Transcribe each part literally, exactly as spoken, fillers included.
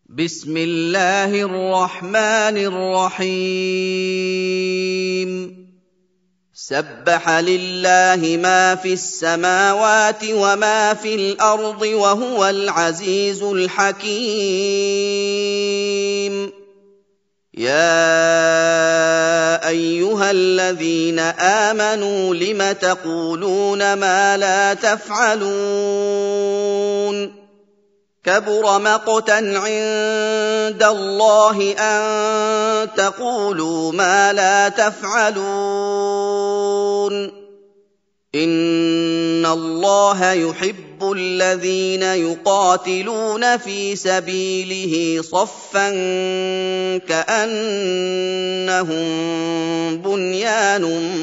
بسم الله الرحمن الرحيم سبح لله ما في السماوات وما في الأرض وهو العزيز الحكيم يا أيها الذين آمنوا لم تقولون ما لا تفعلون كبر مقتا عند الله أن تقولوا ما لا تفعلون إن الله يحب الذين يقاتلون في سبيله صفا كأنهم بنيان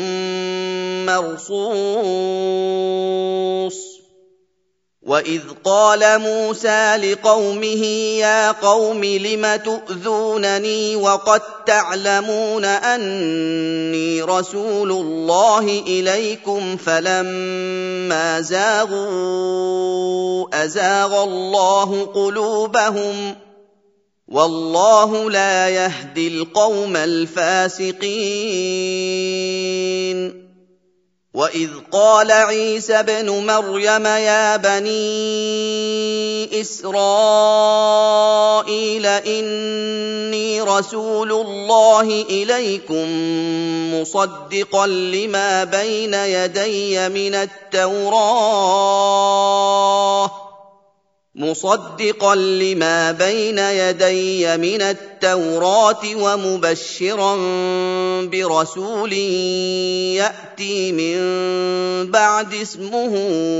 مرصوص وَإِذْ قَالَ مُوسَىٰ لِقَوْمِهِ يَا قَوْمِ لِمَ تُؤْذُونَنِي وَقَد تَّعْلَمُونَ أَنِّي رَسُولُ اللَّهِ إِلَيْكُمْ فَلَمَّا زَاغُوا أَزَاغَ اللَّهُ قُلُوبَهُمْ ۚ وَاللَّهُ لَا يَهْدِي الْقَوْمَ الْفَاسِقِينَ وَإِذْ قَالَ عِيسَى ابْنُ مَرْيَمَ يَا بَنِي إِسْرَائِيلَ إِنِّي رَسُولُ اللَّهِ إِلَيْكُم مُّصَدِّقًا لِّمَا بَيْنَ يَدَيَّ مِنَ التَّوْرَاةِ مُصَدِّقًا لِّمَا بَيْنَ يَدَيَّ مِنَ التَّوْرَاةِ وَمُبَشِّرًا بِرَسُولٍ يَأْتِي مِن بَعْدِي اسْمُهُ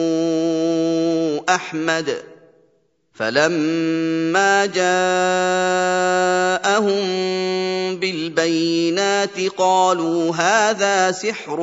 أَحْمَدُ ۖ فَلَمَّا جَاءَهُم بِالْبَيِّنَاتِ قَالُوا هَٰذَا سِحْرٌ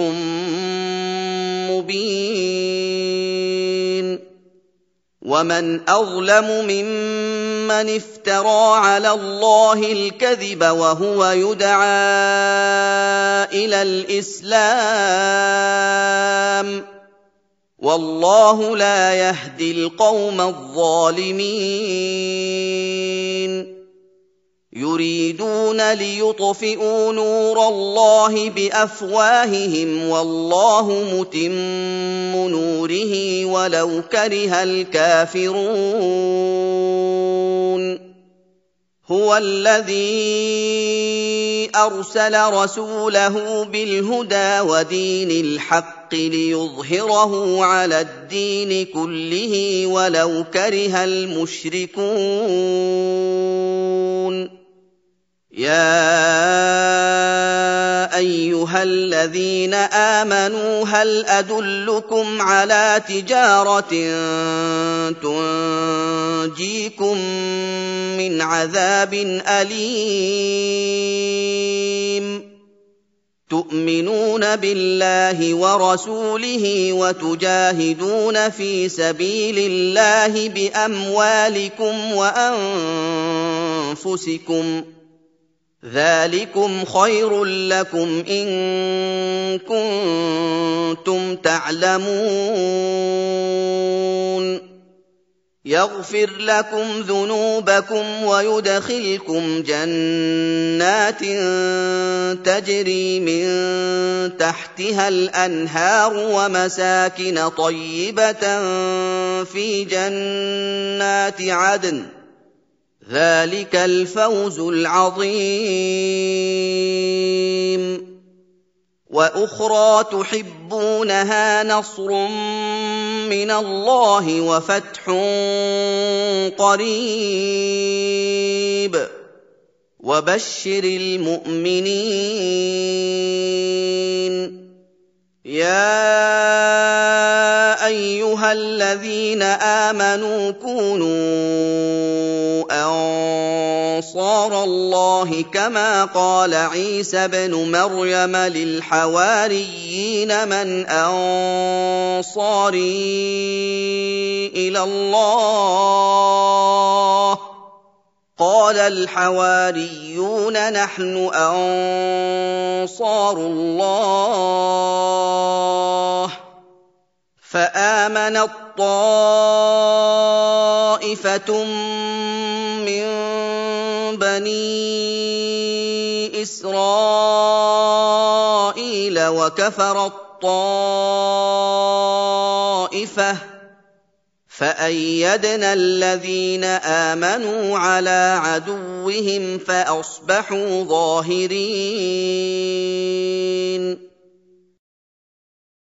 مُّبِينٌ وَمَنْ أَظْلَمُ مِمَّنِ افْتَرَىٰ عَلَى اللَّهِ الْكَذِبَ وَهُوَ يُدْعَىٰ إِلَى الْإِسْلَامِ ۚ وَاللَّهُ لَا يَهْدِي الْقَوْمَ الظَّالِمِينَ يُرِيدُونَ لِيُطْفِئُوا نُورَ اللَّهِ بِأَفْوَاهِهِمْ وَاللَّهُ مُتِمُّ نُورِهِ وَلَوْ كَرِهَ الْكَافِرُونَ هُوَ الَّذِي أَرْسَلَ رَسُولَهُ بِالْهُدَىٰ وَدِينِ الْحَقِّ لِيُظْهِرَهُ عَلَى الدِّينِ كُلِّهِ وَلَوْ كَرِهَ الْمُشْرِكُونَ يَا أَيُّهَا الَّذِينَ آمَنُوا هَلْ أَدُلُّكُمْ عَلَىٰ تِجَارَةٍ تُنجِيكُم مِّنْ عَذَابٍ أَلِيمٍ تُؤْمِنُونَ بِاللَّهِ وَرَسُولِهِ وَتُجَاهِدُونَ فِي سَبِيلِ اللَّهِ بِأَمْوَالِكُمْ وَأَنفُسِكُمْ ۚ ذَٰلِكُمْ خَيْرٌ لَّكُمْ إِن كُنتُمْ تَعْلَمُونَ يَغْفِرْ لَكُمْ ذُنُوبَكُمْ وَيُدْخِلْكُمْ جَنَّاتٍ تَجْرِي مِن تَحْتِهَا الْأَنْهَارُ وَمَسَاكِنَ طَيِّبَةً فِي جَنَّاتِ عَدْنٍ ۚ ذَٰلِكَ الْفَوْزُ الْعَظِيمُ وَأُخْرَىٰ تُحِبُّونَهَا نَصْرٌ مِّنَ اللَّهِ وَفَتْحٌ قَرِيبٌ ۗ وَبَشِّرِ الْمُؤْمِنِينَ يَا أَيُّهَا الَّذِينَ آمَنُوا كُونُوا أَنصَارَ اللَّهِ كَمَا قَالَ عِيسَى ابْنُ مَرْيَمَ لِلْحَوَارِيِّينَ مَنْ أَنصَارِي إِلَى اللَّهِ ۖ قَالَ الْحَوَارِيُّونَ نَحْنُ أَنصَارُ اللَّهِ فآمنت طائفة من بني إسرائيل وكفرت طائفة فأيدنا الذين آمنوا على عدوهم فأصبحوا ظاهرين